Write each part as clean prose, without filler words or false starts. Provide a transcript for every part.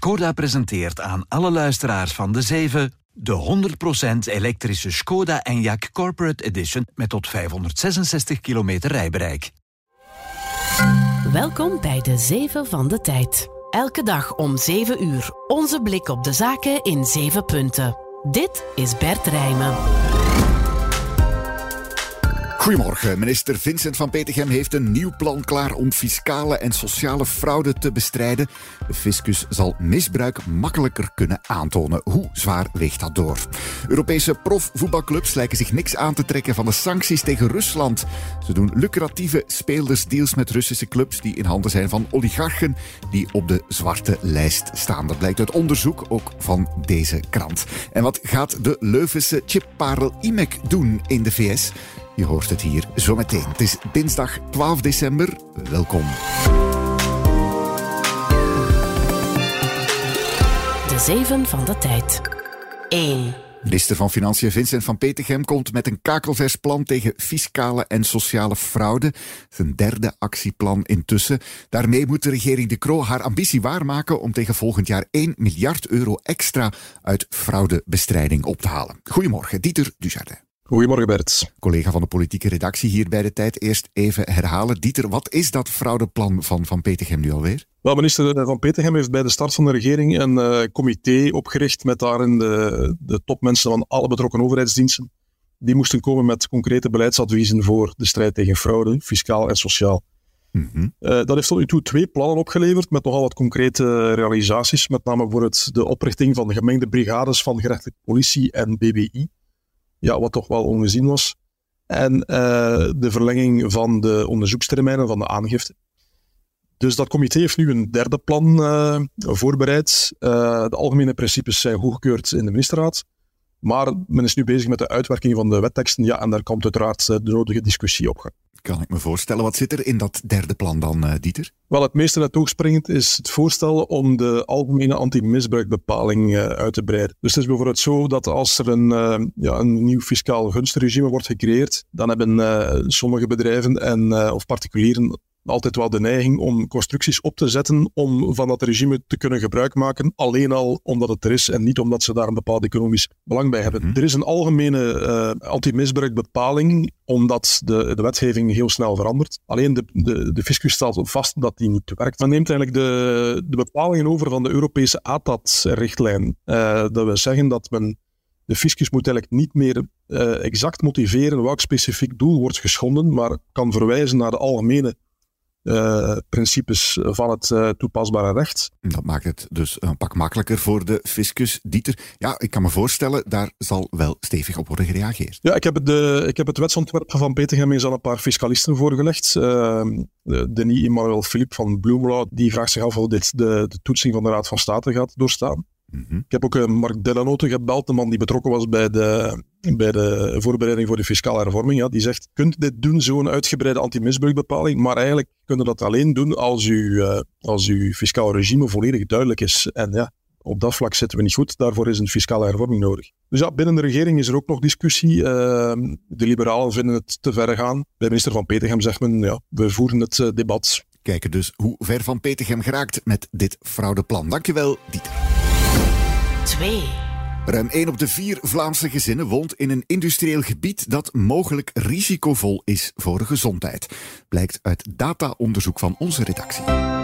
Skoda presenteert aan alle luisteraars van De Zeven de 100% elektrische Skoda Enyaq Corporate Edition met tot 566 kilometer rijbereik. Welkom bij De Zeven van de Tijd. Elke dag om 7 uur. Onze blik op de zaken in 7 punten. Dit is Bert Rijmen. Goedemorgen. Minister Vincent van Petegem heeft een nieuw plan klaar om fiscale en sociale fraude te bestrijden. De fiscus zal misbruik makkelijker kunnen aantonen. Hoe zwaar weegt dat door? Europese profvoetbalclubs lijken zich niks aan te trekken van de sancties tegen Rusland. Ze doen lucratieve speeldersdeals met Russische clubs die in handen zijn van oligarchen die op de zwarte lijst staan. Dat blijkt uit onderzoek, ook van deze krant. En wat gaat de Leuvense chipparel IMEC doen in de VS? Je hoort het hier zometeen. Het is dinsdag 12 december. Welkom. De Zeven van de Tijd. 1. Minister van Financiën Vincent van Petegem komt met een kakelvers plan tegen fiscale en sociale fraude. Zijn derde actieplan intussen. Daarmee moet de regering De Croo haar ambitie waarmaken om tegen volgend jaar 1 miljard euro extra uit fraudebestrijding op te halen. Goedemorgen, Dieter Dujardin. Goedemorgen Bert. Collega van de politieke redactie hier bij De Tijd. Eerst even herhalen. Dieter, wat is dat fraudeplan van Petegem nu alweer? Wel, minister van Petegem heeft bij de start van de regering een comité opgericht met daarin de topmensen van alle betrokken overheidsdiensten. Die moesten komen met concrete beleidsadviezen voor de strijd tegen fraude, fiscaal en sociaal. Mm-hmm. Dat heeft tot nu toe 2 plannen opgeleverd met nogal wat concrete realisaties. Met name bijvoorbeeld de oprichting van de gemengde brigades van gerechtelijke politie en BBI. Ja, wat toch wel ongezien was. En de verlenging van de onderzoekstermijnen van de aangifte. Dus dat comité heeft nu een derde plan voorbereid. De algemene principes zijn goedgekeurd in de ministerraad. Maar men is nu bezig met de uitwerking van de wetteksten. Ja, en daar komt uiteraard de nodige discussie op gang. Kan ik me voorstellen. Wat zit er in dat derde plan dan, Dieter? Wel, het meest in het oog springend is het voorstel om de algemene anti-misbruikbepaling uit te breiden. Dus het is bijvoorbeeld zo dat als er een nieuw fiscaal gunstregime wordt gecreëerd, dan hebben sommige bedrijven of particulieren altijd wel de neiging om constructies op te zetten om van dat regime te kunnen gebruik maken, alleen al omdat het er is en niet omdat ze daar een bepaald economisch belang bij hebben. Er is een algemene anti-misbruikbepaling, omdat de wetgeving heel snel verandert. Alleen de fiscus stelt vast dat die niet werkt. Men neemt eigenlijk de bepalingen over van de Europese ATAD-richtlijn. Dat wil zeggen dat de fiscus moet eigenlijk niet meer exact motiveren welk specifiek doel wordt geschonden, maar kan verwijzen naar de algemene principes van het toepasbare recht. Dat maakt het dus een pak makkelijker voor de fiscus. Dieter, ja, ik kan me voorstellen, daar zal wel stevig op worden gereageerd. Ja, ik heb het wetsontwerp van Petegem eens aan een paar fiscalisten voorgelegd. Denis Emmanuel Philippe van Bloemelaw, die vraagt zich af of dit de toetsing van de Raad van State gaat doorstaan. Mm-hmm. Ik heb ook Mark Delanote gebeld, de man die betrokken was bij de voorbereiding voor de fiscale hervorming. Ja, die zegt, kunt dit doen, zo'n uitgebreide anti-misbruikbepaling, maar eigenlijk kunnen dat alleen doen als uw fiscaal regime volledig duidelijk is. En ja, op dat vlak zitten we niet goed, daarvoor is een fiscale hervorming nodig. Dus ja, binnen de regering is er ook nog discussie. De liberalen vinden het te ver gaan. Bij minister van Petegem zegt men, ja, we voeren het debat. Kijken dus hoe ver Van Petegem geraakt met dit fraudeplan. Dankjewel, Dieter. 2. Ruim 1 op de 4 Vlaamse gezinnen woont in een industrieel gebied dat mogelijk risicovol is voor de gezondheid. Blijkt uit dataonderzoek van onze redactie.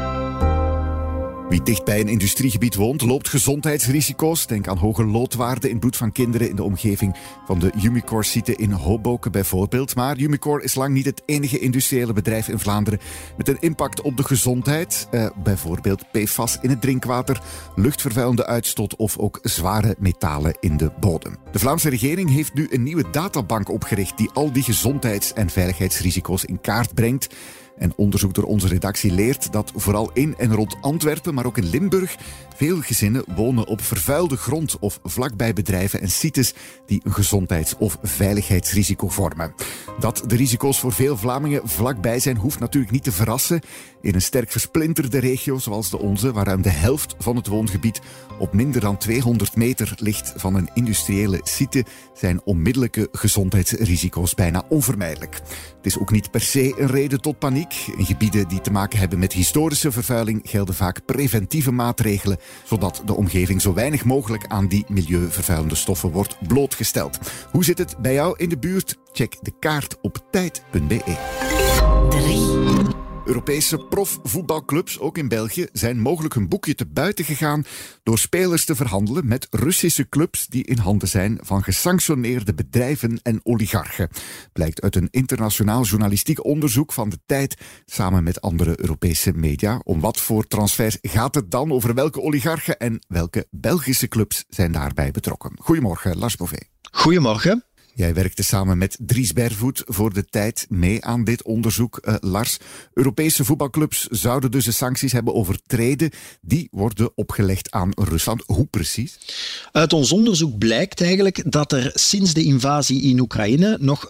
Wie dicht bij een industriegebied woont, loopt gezondheidsrisico's. Denk aan hoge loodwaarden in bloed van kinderen in de omgeving van de Umicore-site in Hoboken bijvoorbeeld. Maar Umicore is lang niet het enige industriële bedrijf in Vlaanderen met een impact op de gezondheid. Bijvoorbeeld PFAS in het drinkwater, luchtvervuilende uitstoot of ook zware metalen in de bodem. De Vlaamse regering heeft nu een nieuwe databank opgericht die al die gezondheids- en veiligheidsrisico's in kaart brengt. En onderzoek door onze redactie leert dat vooral in en rond Antwerpen, maar ook in Limburg, veel gezinnen wonen op vervuilde grond of vlakbij bedrijven en sites die een gezondheids- of veiligheidsrisico vormen. Dat de risico's voor veel Vlamingen vlakbij zijn, hoeft natuurlijk niet te verrassen. In een sterk versplinterde regio zoals de onze, waar ruim de helft van het woongebied op minder dan 200 meter ligt van een industriële site, zijn onmiddellijke gezondheidsrisico's bijna onvermijdelijk. Het is ook niet per se een reden tot paniek. Belgique. In gebieden die te maken hebben met historische vervuiling gelden vaak preventieve maatregelen, zodat de omgeving zo weinig mogelijk aan die milieuvervuilende stoffen wordt blootgesteld. Hoe zit het bij jou in de buurt? Check de kaart op tijd.be. 3. Europese profvoetbalclubs, ook in België, zijn mogelijk hun boekje te buiten gegaan door spelers te verhandelen met Russische clubs die in handen zijn van gesanctioneerde bedrijven en oligarchen. Blijkt uit een internationaal journalistiek onderzoek van De Tijd samen met andere Europese media. Om wat voor transfers gaat het dan? Over welke oligarchen en welke Belgische clubs zijn daarbij betrokken? Goedemorgen, Lars Bouvet. Goedemorgen. Jij werkte samen met Dries Bervoet voor De Tijd mee aan dit onderzoek. Lars, Europese voetbalclubs zouden dus de sancties hebben overtreden. Die worden opgelegd aan Rusland. Hoe precies? Uit ons onderzoek blijkt eigenlijk dat er sinds de invasie in Oekraïne nog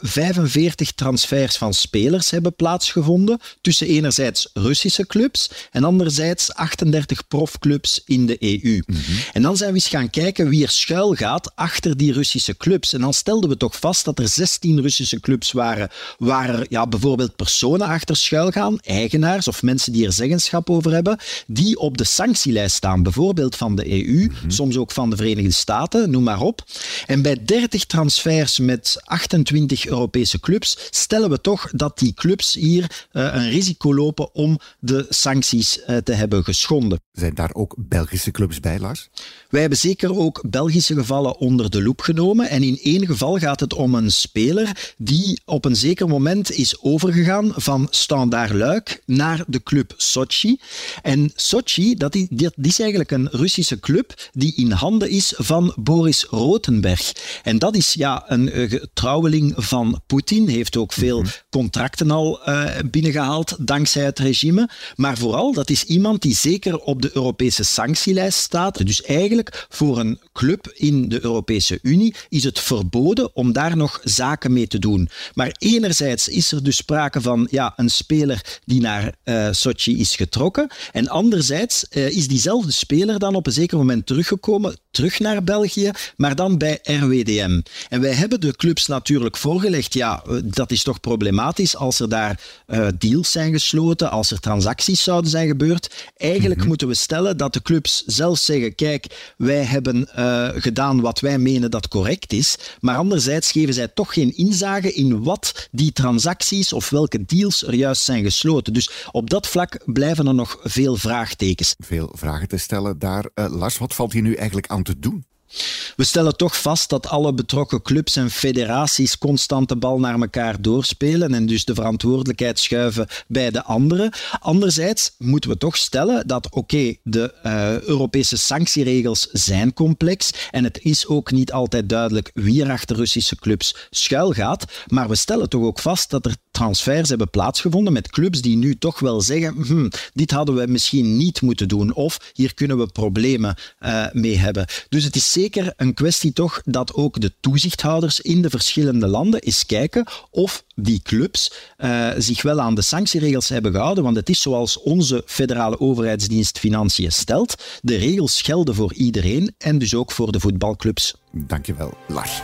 45 transfers van spelers hebben plaatsgevonden tussen enerzijds Russische clubs en anderzijds 38 profclubs in de EU. En dan zijn we eens gaan kijken wie er schuil gaat achter die Russische clubs. En dan stelden we toch vast dat er 16 Russische clubs waren waar er bijvoorbeeld personen achter schuil gaan, eigenaars of mensen die er zeggenschap over hebben, die op de sanctielijst staan, bijvoorbeeld van de EU, soms ook van de Verenigde Staten, noem maar op. En bij 30 transfers met 28 Europese clubs stellen we toch dat die clubs hier een risico lopen om de sancties te hebben geschonden. Zijn daar ook Belgische clubs bij, Lars? Wij hebben zeker ook Belgische gevallen onder de loep genomen en in één geval gaat het om een speler die op een zeker moment is overgegaan van Standard Luik naar de club Sochi. En Sochi, dat is eigenlijk een Russische club die in handen is van Boris Rotenberg. En dat is een trouweling van Poetin, heeft ook veel contracten al binnengehaald dankzij het regime. Maar vooral, dat is iemand die zeker op de Europese sanctielijst staat. Dus eigenlijk voor een club in de Europese Unie is het verboden om daar nog zaken mee te doen. Maar enerzijds is er dus sprake van een speler die naar Sochi is getrokken. En anderzijds is diezelfde speler dan op een zeker moment terug naar België, maar dan bij RWDM. En wij hebben de clubs natuurlijk voorgelegd, dat is toch problematisch als er daar deals zijn gesloten, als er transacties zouden zijn gebeurd. Eigenlijk moeten we stellen dat de clubs zelf zeggen, kijk, wij hebben gedaan wat wij menen dat correct is, maar anderzijds geven zij toch geen inzage in wat die transacties of welke deals er juist zijn gesloten. Dus op dat vlak blijven er nog veel vraagtekens. Veel vragen te stellen daar. Lars, wat valt hier nu eigenlijk aan te doen? We stellen toch vast dat alle betrokken clubs en federaties constant de bal naar elkaar doorspelen en dus de verantwoordelijkheid schuiven bij de anderen. Anderzijds moeten we toch stellen dat de Europese sanctieregels zijn complex en het is ook niet altijd duidelijk wie er achter Russische clubs schuil gaat, maar we stellen toch ook vast dat er transfers hebben plaatsgevonden met clubs die nu toch wel zeggen, dit hadden we misschien niet moeten doen of hier kunnen we problemen mee hebben. Dus het is zeker een kwestie toch dat ook de toezichthouders in de verschillende landen eens kijken of die clubs zich wel aan de sanctieregels hebben gehouden, want het is zoals onze federale overheidsdienst Financiën stelt, de regels gelden voor iedereen en dus ook voor de voetbalclubs. Dankjewel, Lars.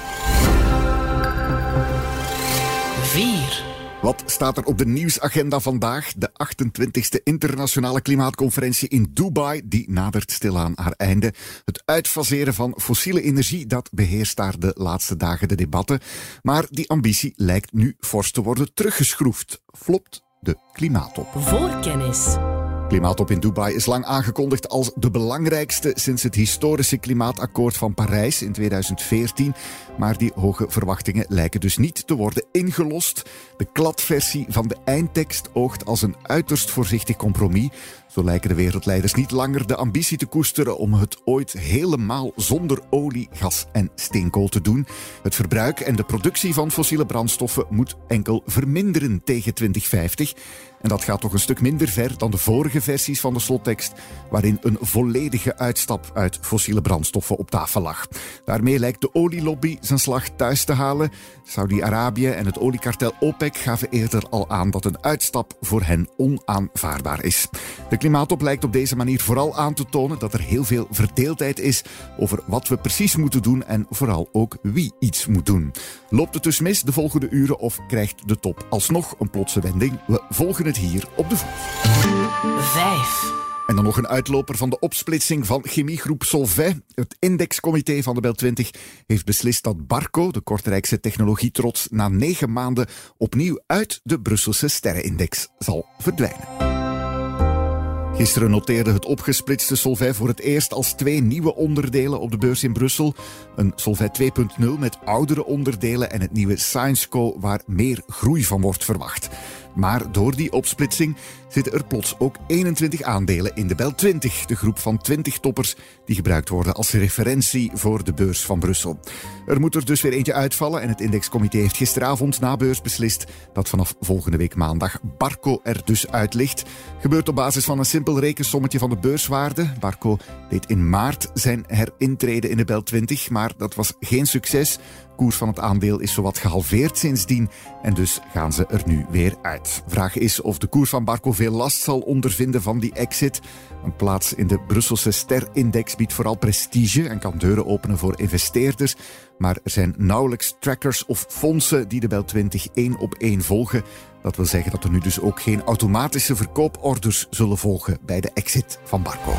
4. Wat staat er op de nieuwsagenda vandaag? De 28e internationale klimaatconferentie in Dubai, die nadert stilaan haar einde. Het uitfaseren van fossiele energie, dat beheerst daar de laatste dagen de debatten. Maar die ambitie lijkt nu fors te worden teruggeschroefd. Flopt de klimaattop. Voorkennis. Klimaattop in Dubai is lang aangekondigd als de belangrijkste sinds het historische klimaatakkoord van Parijs in 2014. Maar die hoge verwachtingen lijken dus niet te worden ingelost. De kladversie van de eindtekst oogt als een uiterst voorzichtig compromis. Zo lijken de wereldleiders niet langer de ambitie te koesteren om het ooit helemaal zonder olie, gas en steenkool te doen. Het verbruik en de productie van fossiele brandstoffen moet enkel verminderen tegen 2050. En dat gaat toch een stuk minder ver dan de vorige versies van de slottekst, waarin een volledige uitstap uit fossiele brandstoffen op tafel lag. Daarmee lijkt de olielobby zijn slag thuis te halen. Saudi-Arabië en het oliekartel OPEC gaven eerder al aan dat een uitstap voor hen onaanvaardbaar is. De klimaattop lijkt op deze manier vooral aan te tonen dat er heel veel verdeeldheid is over wat we precies moeten doen en vooral ook wie iets moet doen. Loopt het dus mis de volgende uren of krijgt de top alsnog een plotse wending? We volgen het hier op de voet. 5. En dan nog een uitloper van de opsplitsing van chemiegroep Solvay. Het indexcomité van de BEL 20 heeft beslist dat Barco, de Kortrijkse technologietrots, na 9 maanden opnieuw uit de Brusselse sterrenindex zal verdwijnen. Gisteren noteerde het opgesplitste Solvay voor het eerst als 2 nieuwe onderdelen op de beurs in Brussel. Een Solvay 2.0 met oudere onderdelen en het nieuwe ScienceCo waar meer groei van wordt verwacht. Maar door die opsplitsing zitten er plots ook 21 aandelen in de BEL 20, de groep van 20 toppers die gebruikt worden als referentie voor de beurs van Brussel. Er moet er dus weer eentje uitvallen en het indexcomité heeft gisteravond na beurs beslist dat vanaf volgende week maandag Barco er dus uit ligt. Gebeurt op basis van een simpel rekensommetje van de beurswaarde. Barco deed in maart zijn herintrede in de BEL 20, maar dat was geen succes. De koers van het aandeel is zowat gehalveerd sindsdien en dus gaan ze er nu weer uit. Vraag is of de koers van Barco veel last zal ondervinden van die exit. Een plaats in de Brusselse sterindex biedt vooral prestige en kan deuren openen voor investeerders. Maar er zijn nauwelijks trackers of fondsen die de BEL 20 één op één volgen. Dat wil zeggen dat er nu dus ook geen automatische verkooporders zullen volgen bij de exit van Barco.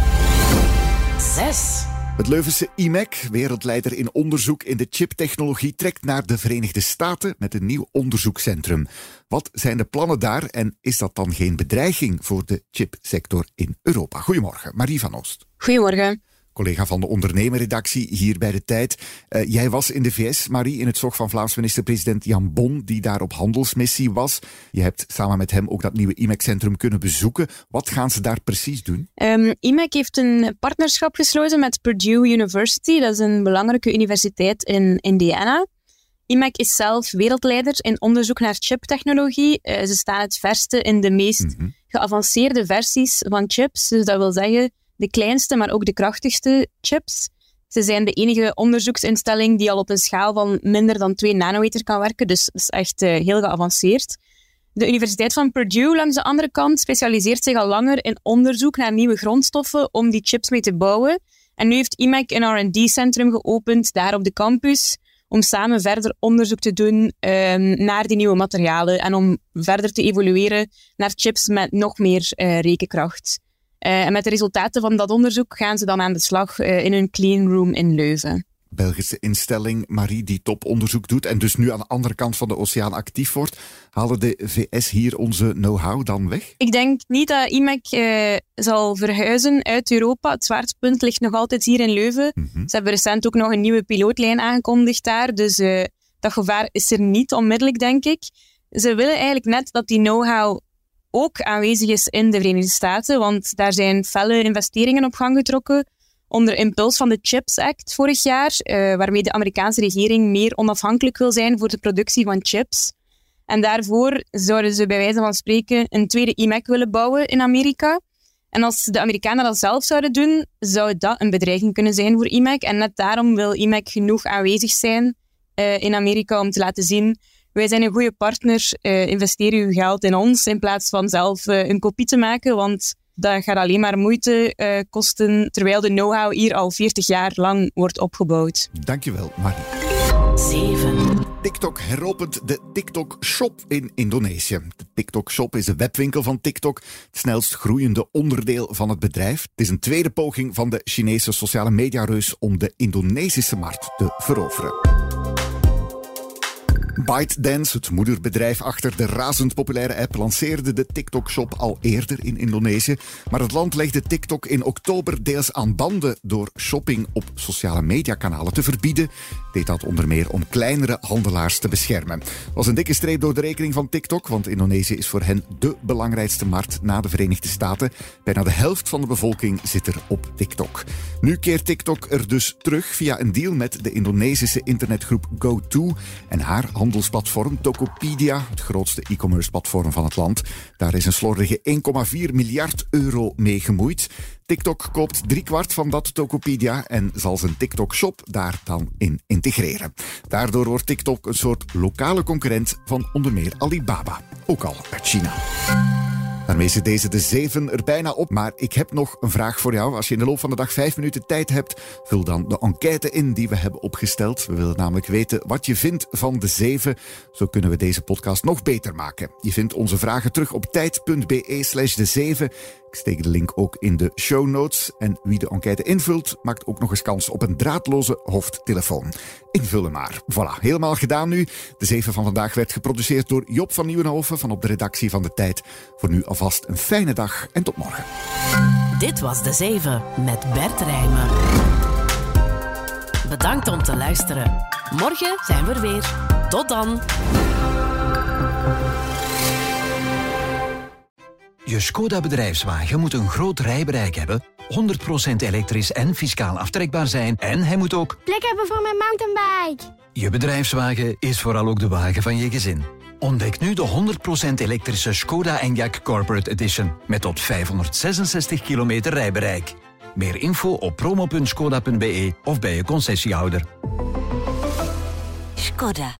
6. Het Leuvense IMEC, wereldleider in onderzoek in de chiptechnologie, trekt naar de Verenigde Staten met een nieuw onderzoekscentrum. Wat zijn de plannen daar en is dat dan geen bedreiging voor de chipsector in Europa? Goedemorgen, Marie van Oost. Goedemorgen. Collega van de ondernemerredactie hier bij De Tijd. Jij was in de VS, Marie, in het zog van Vlaams minister-president Jan Bon, die daar op handelsmissie was. Je hebt samen met hem ook dat nieuwe IMEC-centrum kunnen bezoeken. Wat gaan ze daar precies doen? IMEC heeft een partnerschap gesloten met Purdue University. Dat is een belangrijke universiteit in Indiana. IMEC is zelf wereldleider in onderzoek naar chiptechnologie. Ze staan het verste in de meest geavanceerde versies van chips. Dus dat wil zeggen de kleinste, maar ook de krachtigste chips. Ze zijn de enige onderzoeksinstelling die al op een schaal van minder dan 2 nanometer kan werken. Dus dat is echt heel geavanceerd. De Universiteit van Purdue, langs de andere kant, specialiseert zich al langer in onderzoek naar nieuwe grondstoffen om die chips mee te bouwen. En nu heeft IMEC een R&D-centrum geopend daar op de campus om samen verder onderzoek te doen naar die nieuwe materialen en om verder te evolueren naar chips met nog meer rekenkracht. En met de resultaten van dat onderzoek gaan ze dan aan de slag in hun clean room in Leuven. Belgische instelling, Marie, die toponderzoek doet en dus nu aan de andere kant van de oceaan actief wordt. Halen de VS hier onze know-how dan weg? Ik denk niet dat IMEC zal verhuizen uit Europa. Het zwaartepunt ligt nog altijd hier in Leuven. Ze hebben recent ook nog een nieuwe pilootlijn aangekondigd daar. Dus dat gevaar is er niet onmiddellijk, denk ik. Ze willen eigenlijk net dat die know-how ook aanwezig is in de Verenigde Staten, want daar zijn felle investeringen op gang getrokken onder impuls van de CHIPS Act vorig jaar, waarmee de Amerikaanse regering meer onafhankelijk wil zijn voor de productie van chips. En daarvoor zouden ze bij wijze van spreken een tweede IMEC willen bouwen in Amerika. En als de Amerikanen dat zelf zouden doen, zou dat een bedreiging kunnen zijn voor IMEC. En net daarom wil IMEC genoeg aanwezig zijn in Amerika om te laten zien: wij zijn een goede partner, investeer uw geld in ons in plaats van zelf een kopie te maken, want dat gaat alleen maar moeite kosten, terwijl de know-how hier al 40 jaar lang wordt opgebouwd. Dankjewel, Marie. 7. TikTok heropent de TikTok Shop in Indonesië. De TikTok Shop is de webwinkel van TikTok, het snelst groeiende onderdeel van het bedrijf. Het is een tweede poging van de Chinese sociale mediareus om de Indonesische markt te veroveren. ByteDance, het moederbedrijf achter de razend populaire app, lanceerde de TikTok-shop al eerder in Indonesië. Maar het land legde TikTok in oktober deels aan banden door shopping op sociale mediakanalen te verbieden. Deed dat onder meer om kleinere handelaars te beschermen. Was een dikke streep door de rekening van TikTok, want Indonesië is voor hen dé belangrijkste markt na de Verenigde Staten. Bijna de helft van de bevolking zit er op TikTok. Nu keert TikTok er dus terug via een deal met de Indonesische internetgroep GoTo en haar handelsplatform Tokopedia, het grootste e-commerce platform van het land. Daar is een slordige 1,4 miljard euro mee gemoeid. TikTok koopt 3/4 van dat Tokopedia en zal zijn TikTok-shop daar dan in integreren. Daardoor wordt TikTok een soort lokale concurrent van onder meer Alibaba, ook al uit China. Daarmee zit deze de 7 er bijna op. Maar ik heb nog een vraag voor jou. Als je in de loop van de dag 5 minuten tijd hebt, vul dan de enquête in die we hebben opgesteld. We willen namelijk weten wat je vindt van de 7. Zo kunnen we deze podcast nog beter maken. Je vindt onze vragen terug op tijd.be/de7. Ik steek de link ook in de show notes. En wie de enquête invult, maakt ook nog eens kans op een draadloze hoofdtelefoon. Invullen maar. Voilà, helemaal gedaan nu. De 7 van vandaag werd geproduceerd door Job van Nieuwenhoven van op de redactie van De Tijd. Voor nu alvast een fijne dag en tot morgen. Dit was de 7 met Bert Rijmen. Bedankt om te luisteren. Morgen zijn we er weer. Tot dan. Je Škoda bedrijfswagen moet een groot rijbereik hebben, 100% elektrisch en fiscaal aftrekbaar zijn en hij moet ook plek hebben voor mijn mountainbike. Je bedrijfswagen is vooral ook de wagen van je gezin. Ontdek nu de 100% elektrische Škoda Enyaq Corporate Edition met tot 566 kilometer rijbereik. Meer info op promo.škoda.be of bij je concessiehouder. Škoda.